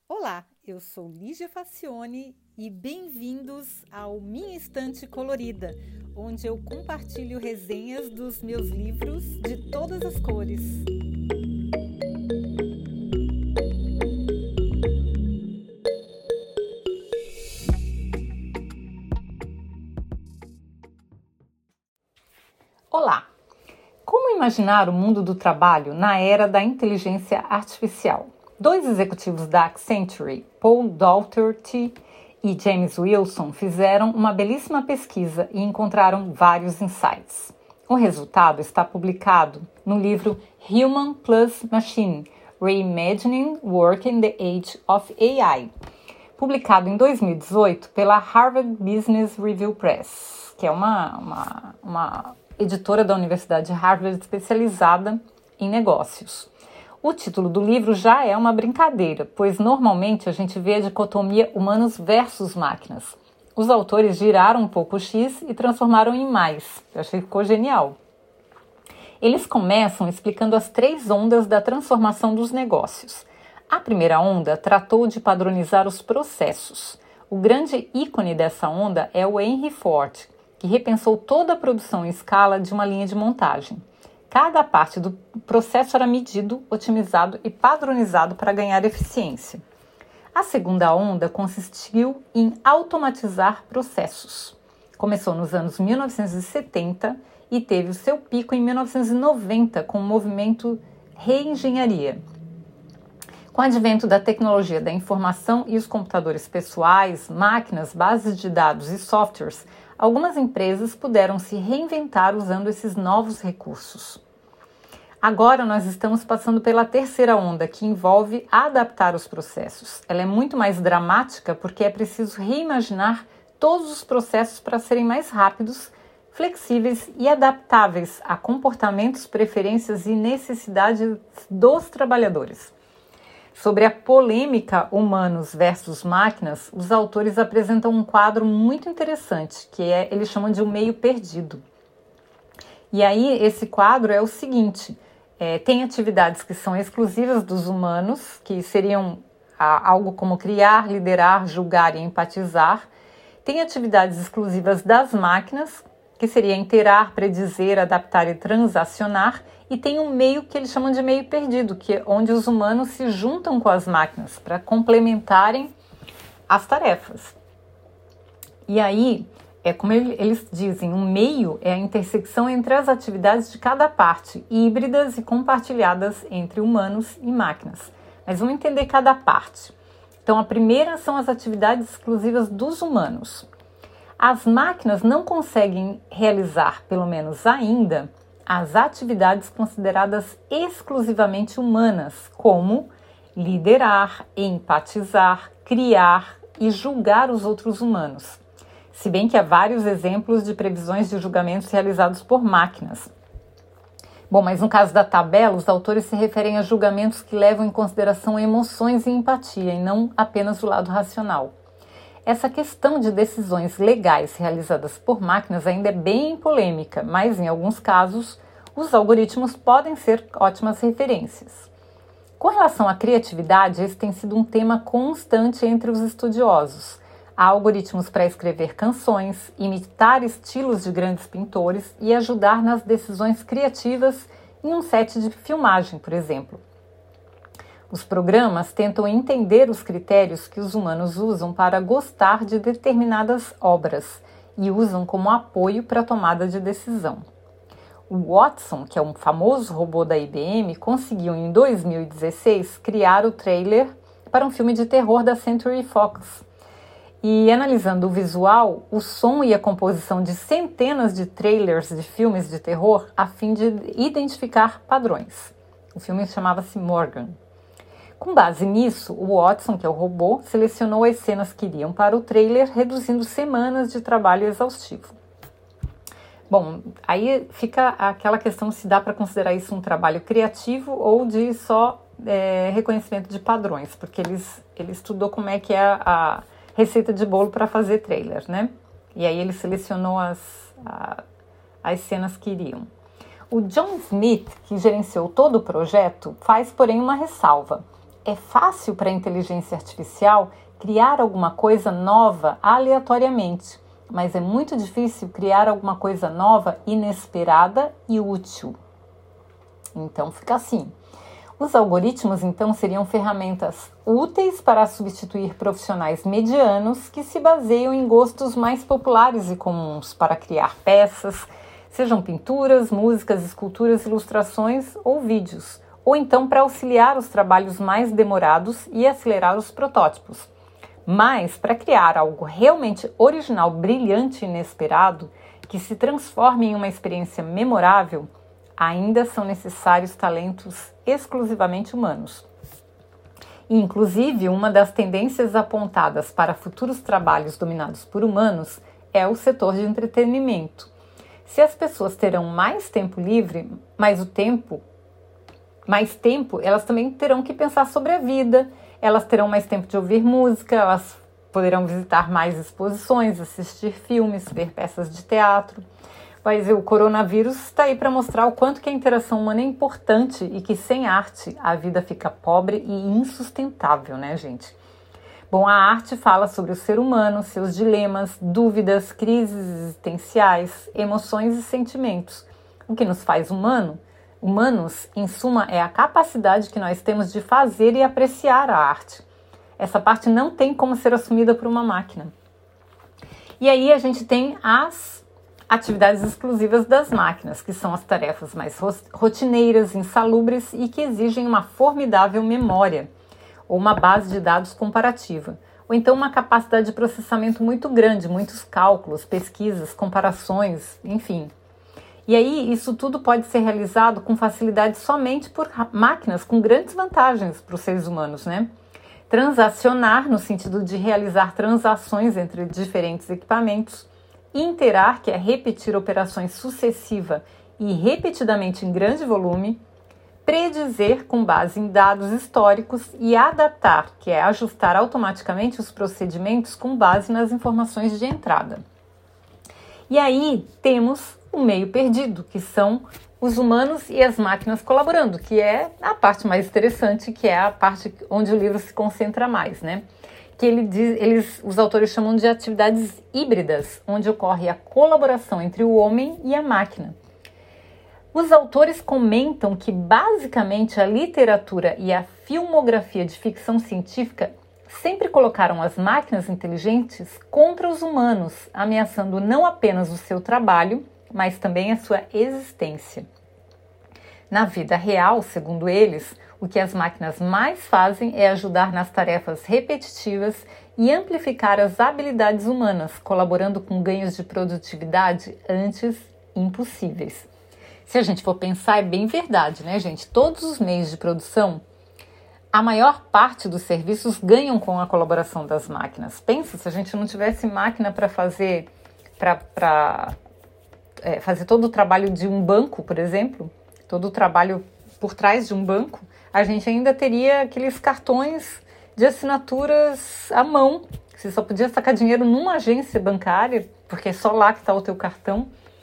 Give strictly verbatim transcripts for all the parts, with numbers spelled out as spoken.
Olá, eu sou Lígia Facione e bem-vindos ao Minha Estante Colorida, onde eu compartilho resenhas dos meus livros de todas as cores. Olá! Como imaginar o mundo do trabalho na era da inteligência artificial? Dois executivos da Accenture, Paul Daugherty e James Wilson, fizeram uma belíssima pesquisa e encontraram vários insights. O resultado está publicado no livro Human plus Machine: Reimagining Work in the Age of A I, publicado em dois mil e dezoito pela Harvard Business Review Press, que é uma, uma, uma editora da Universidade de Harvard especializada em negócios. O título do livro já é uma brincadeira, pois normalmente a gente vê a dicotomia humanos versus máquinas. Os autores giraram um pouco o X e transformaram em mais. Eu achei que ficou genial. Eles começam explicando as três ondas da transformação dos negócios. A primeira onda tratou de padronizar os processos. O grande ícone dessa onda é o Henry Ford, que repensou toda a produção em escala de uma linha de montagem. Cada parte do processo era medido, otimizado e padronizado para ganhar eficiência. A segunda onda consistiu em automatizar processos. Começou nos anos mil novecentos e setenta e teve o seu pico em mil novecentos e noventa com o movimento Reengenharia. Com o advento da tecnologia da informação e os computadores pessoais, máquinas, bases de dados e softwares, algumas empresas puderam se reinventar usando esses novos recursos. Agora nós estamos passando pela terceira onda, que envolve adaptar os processos. Ela é muito mais dramática porque é preciso reimaginar todos os processos para serem mais rápidos, flexíveis e adaptáveis a comportamentos, preferências e necessidades dos trabalhadores. Sobre a polêmica humanos versus máquinas, os autores apresentam um quadro muito interessante, que é, eles chamam de um meio perdido. E aí, esse quadro é o seguinte, é, tem atividades que são exclusivas dos humanos, que seriam a, algo como criar, liderar, julgar e empatizar. Tem atividades exclusivas das máquinas, que seria interar, predizer, adaptar e transacionar. E tem um meio que eles chamam de meio perdido, que é onde os humanos se juntam com as máquinas para complementarem as tarefas. E aí, é como eles dizem, um meio é a intersecção entre as atividades de cada parte, híbridas e compartilhadas entre humanos e máquinas. Mas vamos entender cada parte. Então, a primeira são as atividades exclusivas dos humanos. As máquinas não conseguem realizar, pelo menos ainda, as atividades consideradas exclusivamente humanas, como liderar, empatizar, criar e julgar os outros humanos. Se bem que há vários exemplos de previsões de julgamentos realizados por máquinas. Bom, mas no caso da tabela, os autores se referem a julgamentos que levam em consideração emoções e empatia, e não apenas o lado racional. Essa questão de decisões legais realizadas por máquinas ainda é bem polêmica, mas em alguns casos os algoritmos podem ser ótimas referências. Com relação à criatividade, esse tem sido um tema constante entre os estudiosos. Há algoritmos para escrever canções, imitar estilos de grandes pintores e ajudar nas decisões criativas em um set de filmagem, por exemplo. Os programas tentam entender os critérios que os humanos usam para gostar de determinadas obras e usam como apoio para a tomada de decisão. O Watson, que é um famoso robô da I B M, conseguiu em dois mil e dezesseis criar o trailer para um filme de terror da Century Fox. E analisando o visual, o som e a composição de centenas de trailers de filmes de terror a fim de identificar padrões. O filme chamava-se Morgan. Com base nisso, o Watson, que é o robô, selecionou as cenas que iriam para o trailer, reduzindo semanas de trabalho exaustivo. Bom, aí fica aquela questão se dá para considerar isso um trabalho criativo ou de só é, reconhecimento de padrões, porque eles, ele estudou como é que é a receita de bolo para fazer trailer, né? E aí ele selecionou as, a, as cenas que iriam. O John Smith, que gerenciou todo o projeto, faz, porém, uma ressalva. é fácil para a inteligência artificial criar alguma coisa nova aleatoriamente, mas é muito difícil criar alguma coisa nova inesperada e útil. Então fica assim. Os algoritmos, então, seriam ferramentas úteis para substituir profissionais medianos que se baseiam em gostos mais populares e comuns para criar peças, sejam pinturas, músicas, esculturas, ilustrações ou vídeos, ou então para auxiliar os trabalhos mais demorados e acelerar os protótipos. Mas, para criar algo realmente original, brilhante e inesperado, que se transforme em uma experiência memorável, ainda são necessários talentos exclusivamente humanos. E, inclusive, uma das tendências apontadas para futuros trabalhos dominados por humanos é o setor de entretenimento. Se as pessoas terão mais tempo livre, mais o tempo, mais tempo, elas também terão que pensar sobre a vida, elas terão mais tempo de ouvir música, elas poderão visitar mais exposições, assistir filmes, ver peças de teatro. Mas o coronavírus está aí para mostrar o quanto que a interação humana é importante e que sem arte a vida fica pobre e insustentável, né, gente? Bom, a arte fala sobre o ser humano, seus dilemas, dúvidas, crises existenciais, emoções e sentimentos. O que nos faz humano, humanos, em suma, é a capacidade que nós temos de fazer e apreciar a arte. Essa parte não tem como ser assumida por uma máquina. E aí a gente tem as atividades exclusivas das máquinas, que são as tarefas mais rotineiras, insalubres e que exigem uma formidável memória, ou uma base de dados comparativa, ou então uma capacidade de processamento muito grande, muitos cálculos, pesquisas, comparações, enfim. E aí isso tudo pode ser realizado com facilidade somente por máquinas com grandes vantagens para os seres humanos, né? Transacionar, no sentido de realizar transações entre diferentes equipamentos, interar, que é repetir operações sucessiva e repetidamente em grande volume, predizer com base em dados históricos e adaptar, que é ajustar automaticamente os procedimentos com base nas informações de entrada. E aí temos o meio perdido, que são os humanos e as máquinas colaborando, que é a parte mais interessante, que é a parte onde o livro se concentra mais, né? Que ele diz, eles, os autores chamam de atividades híbridas, onde ocorre a colaboração entre o homem e a máquina. Os autores comentam que, basicamente, a literatura e a filmografia de ficção científica sempre colocaram as máquinas inteligentes contra os humanos, ameaçando não apenas o seu trabalho, mas também a sua existência. Na vida real, segundo eles, o que as máquinas mais fazem é ajudar nas tarefas repetitivas e amplificar as habilidades humanas, colaborando com ganhos de produtividade antes impossíveis. Se a gente for pensar, é bem verdade, né, gente? Todos os meios de produção, a maior parte dos serviços ganham com a colaboração das máquinas. Pensa, se a gente não tivesse máquina para fazer, para é, fazer todo o trabalho de um banco, por exemplo, todo o trabalho por trás de um banco, a gente ainda teria aqueles cartões de assinaturas à mão. Você só podia sacar dinheiro numa agência bancária, porque é só lá que está o teu cartão.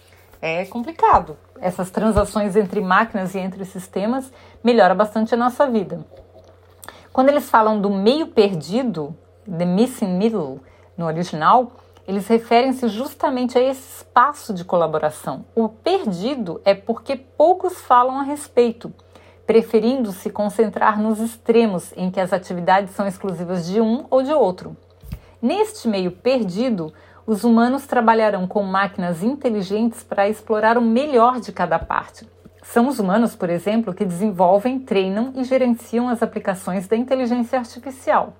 É complicado. Essas transações entre máquinas e entre sistemas melhora bastante a nossa vida. Quando eles falam do meio perdido, the missing middle, no original, eles referem-se justamente a esse espaço de colaboração. O perdido é porque poucos falam a respeito, preferindo se concentrar nos extremos em que as atividades são exclusivas de um ou de outro. Neste meio perdido, os humanos trabalharão com máquinas inteligentes para explorar o melhor de cada parte. São os humanos, por exemplo, que desenvolvem, treinam e gerenciam as aplicações da inteligência artificial.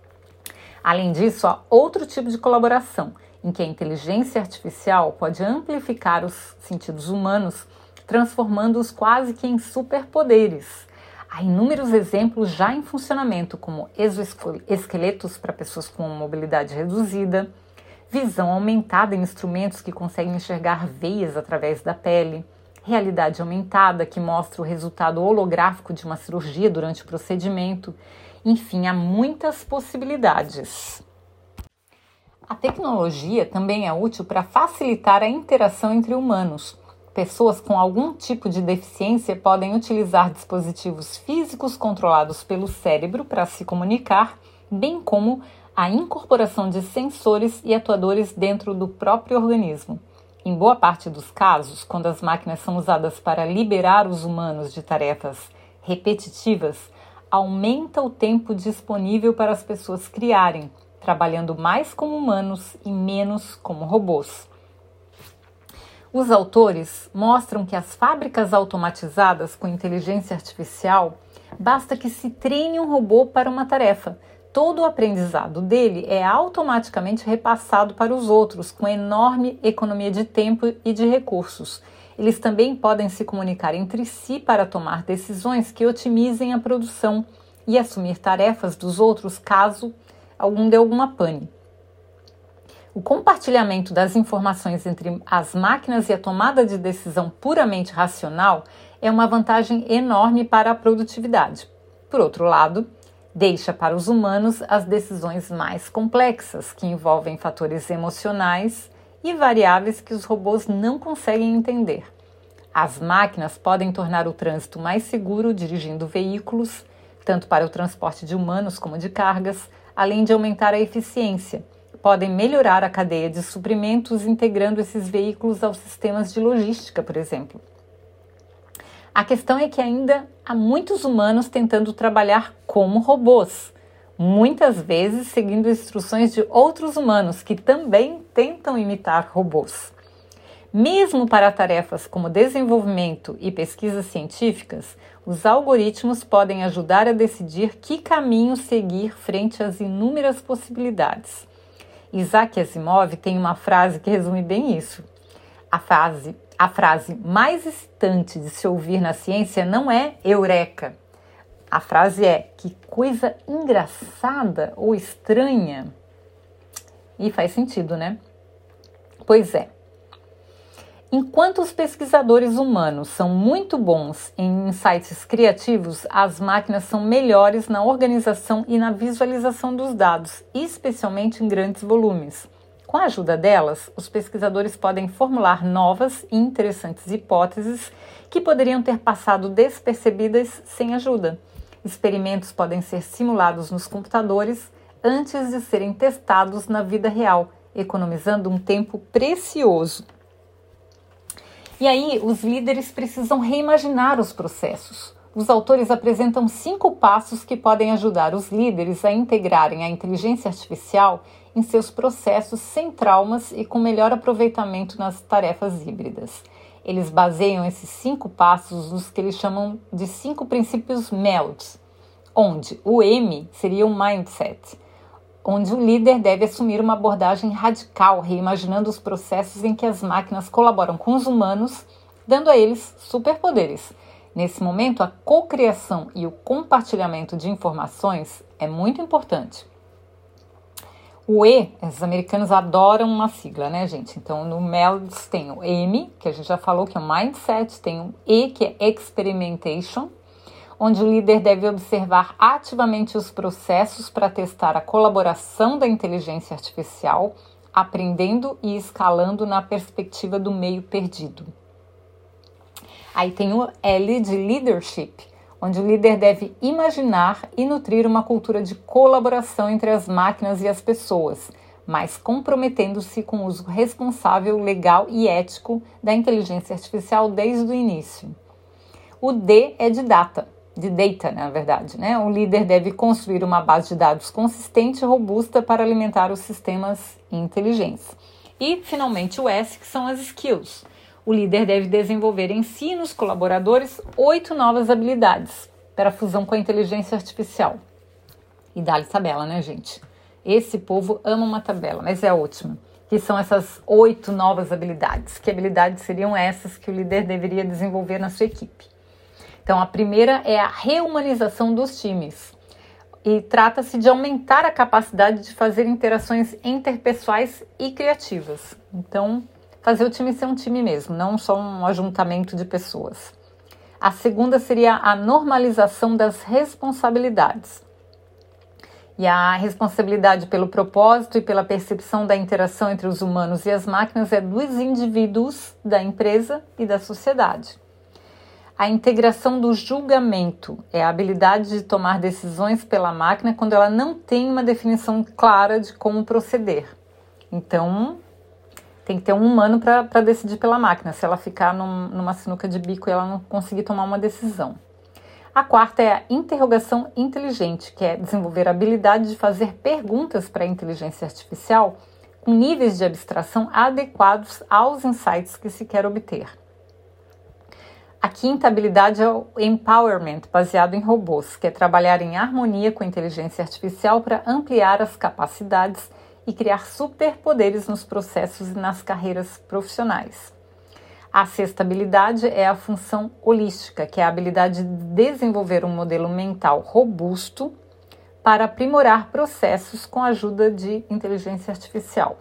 Além disso, há outro tipo de colaboração, em que a inteligência artificial pode amplificar os sentidos humanos, transformando-os quase que em superpoderes. Há inúmeros exemplos já em funcionamento, como exoesqueletos para pessoas com mobilidade reduzida, visão aumentada em instrumentos que conseguem enxergar veias através da pele, realidade aumentada que mostra o resultado holográfico de uma cirurgia durante o procedimento. Enfim, há muitas possibilidades. A tecnologia também é útil para facilitar a interação entre humanos. pessoas com algum tipo de deficiência podem utilizar dispositivos físicos controlados pelo cérebro para se comunicar, bem como a incorporação de sensores e atuadores dentro do próprio organismo. Em boa parte dos casos, quando as máquinas são usadas para liberar os humanos de tarefas repetitivas, aumenta o tempo disponível para as pessoas criarem, trabalhando mais como humanos e menos como robôs. Os autores mostram que as fábricas automatizadas com inteligência artificial, basta que se treine um robô para uma tarefa. Todo o aprendizado dele é automaticamente repassado para os outros, com enorme economia de tempo e de recursos. Eles também podem se comunicar entre si para tomar decisões que otimizem a produção e assumir tarefas dos outros caso algum dê alguma pane. O compartilhamento das informações entre as máquinas e a tomada de decisão puramente racional é uma vantagem enorme para a produtividade. Por outro lado, deixa para os humanos as decisões mais complexas, que envolvem fatores emocionais e variáveis que os robôs não conseguem entender. As máquinas podem tornar o trânsito mais seguro dirigindo veículos, tanto para o transporte de humanos como de cargas, além de aumentar a eficiência. Podem melhorar a cadeia de suprimentos integrando esses veículos aos sistemas de logística, por exemplo. A questão é que ainda há muitos humanos tentando trabalhar como robôs, muitas vezes seguindo instruções de outros humanos que também tentam imitar robôs. Mesmo para tarefas como desenvolvimento e pesquisas científicas, os algoritmos podem ajudar a decidir que caminho seguir frente às inúmeras possibilidades. Isaac Asimov tem uma frase que resume bem isso. A frase, a frase mais excitante de se ouvir na ciência não é eureka. A frase é que coisa engraçada ou estranha. E faz sentido, né? Pois é. Enquanto os pesquisadores humanos são muito bons em insights criativos, as máquinas são melhores na organização e na visualização dos dados, especialmente em grandes volumes. Com a ajuda delas, os pesquisadores podem formular novas e interessantes hipóteses que poderiam ter passado despercebidas sem ajuda. Experimentos podem ser simulados nos computadores antes de serem testados na vida real, economizando um tempo precioso. E aí, os líderes precisam reimaginar os processos. Os autores apresentam cinco passos que podem ajudar os líderes a integrarem a inteligência artificial em seus processos sem traumas e com melhor aproveitamento nas tarefas híbridas. Eles baseiam esses cinco passos nos que eles chamam de cinco princípios MELT, onde o M seria o mindset, onde o líder deve assumir uma abordagem radical, reimaginando os processos em que as máquinas colaboram com os humanos, dando a eles superpoderes. Nesse momento, a cocriação e o compartilhamento de informações é muito importante. O E, os americanos adoram uma sigla, né, gente? Então, no MELT tem o M, que a gente já falou, que é o Mindset, tem o E, que é Experimentation, onde o líder deve observar ativamente os processos para testar a colaboração da inteligência artificial, aprendendo e escalando na perspectiva do meio perdido. Aí tem o L de Leadership, onde o líder deve imaginar e nutrir uma cultura de colaboração entre as máquinas e as pessoas, mas comprometendo-se com o uso responsável, legal e ético da inteligência artificial desde o início. O D é de Data. de data, na verdade, né? O líder deve construir uma base de dados consistente e robusta para alimentar os sistemas inteligentes. E, finalmente, o S, que são as skills. O líder deve desenvolver em si e nos colaboradores oito novas habilidades para a fusão com a inteligência artificial. E dá-lhe tabela, né, gente? Esse povo ama uma tabela, mas é a última. Que são essas oito novas habilidades. Que habilidades seriam essas que o líder deveria desenvolver na sua equipe? Então, a primeira é a reumanização dos times. E trata-se de aumentar a capacidade de fazer interações interpessoais e criativas. Então, fazer o time ser um time mesmo, não só um ajuntamento de pessoas. A segunda seria a normalização das responsabilidades. E a responsabilidade pelo propósito e pela percepção da interação entre os humanos e as máquinas é dos indivíduos, da empresa e da sociedade. A integração do julgamento é a habilidade de tomar decisões pela máquina quando ela não tem uma definição clara de como proceder. Então, tem que ter um humano para decidir pela máquina, se ela ficar num, numa sinuca de bico e ela não conseguir tomar uma decisão. A quarta é a interrogação inteligente, que é desenvolver a habilidade de fazer perguntas para a inteligência artificial com níveis de abstração adequados aos insights que se quer obter. A quinta habilidade é o empowerment, baseado em robôs, que é trabalhar em harmonia com a inteligência artificial para ampliar as capacidades e criar superpoderes nos processos e nas carreiras profissionais. A sexta habilidade é a função holística, que é a habilidade de desenvolver um modelo mental robusto para aprimorar processos com a ajuda de inteligência artificial.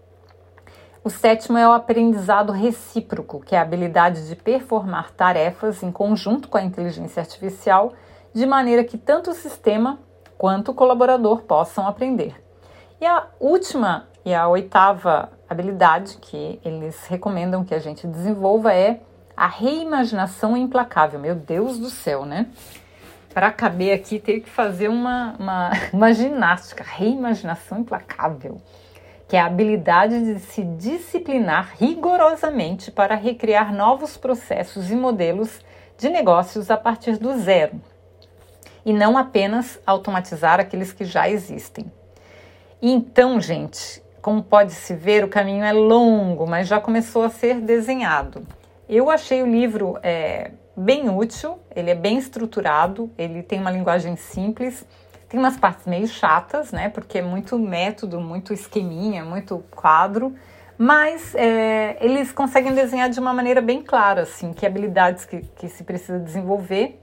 O sétimo é o aprendizado recíproco, que é a habilidade de performar tarefas em conjunto com a inteligência artificial, de maneira que tanto o sistema quanto o colaborador possam aprender. E a última e a oitava habilidade que eles recomendam que a gente desenvolva é a reimaginação implacável. Meu Deus do céu, né? Para caber aqui, tem que fazer uma, uma, uma ginástica. Reimaginação implacável, que é a habilidade de se disciplinar rigorosamente para recriar novos processos e modelos de negócios a partir do zero, e não apenas automatizar aqueles que já existem. Então, gente, como pode-se ver, o caminho é longo, mas já começou a ser desenhado. Eu achei o livro é, bem útil, ele é bem estruturado, ele tem uma linguagem simples, tem umas partes meio chatas, né, porque é muito método, muito esqueminha, muito quadro, mas é, eles conseguem desenhar de uma maneira bem clara, assim, que habilidades que, que se precisa desenvolver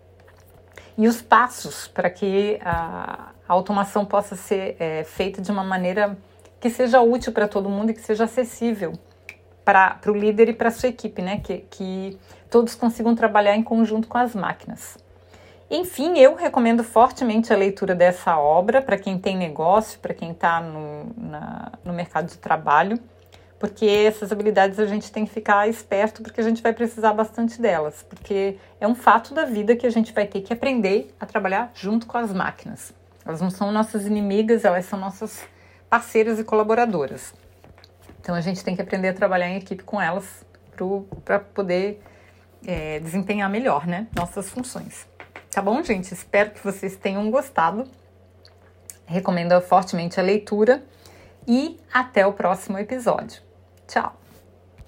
e os passos para que a, a automação possa ser é, feita de uma maneira que seja útil para todo mundo e que seja acessível para o líder e para a sua equipe, né? Que, que todos consigam trabalhar em conjunto com as máquinas. Enfim, eu recomendo fortemente a leitura dessa obra para quem tem negócio, para quem está no, no mercado de trabalho, porque essas habilidades a gente tem que ficar esperto, porque a gente vai precisar bastante delas, porque é um fato da vida que a gente vai ter que aprender a trabalhar junto com as máquinas. Elas não são nossas inimigas, elas são nossas parceiras e colaboradoras. Então a gente tem que aprender a trabalhar em equipe com elas para poder é, desempenhar melhor, né, nossas funções. Tá bom, gente? Espero que vocês tenham gostado. Recomendo fortemente a leitura e até o próximo episódio. Tchau!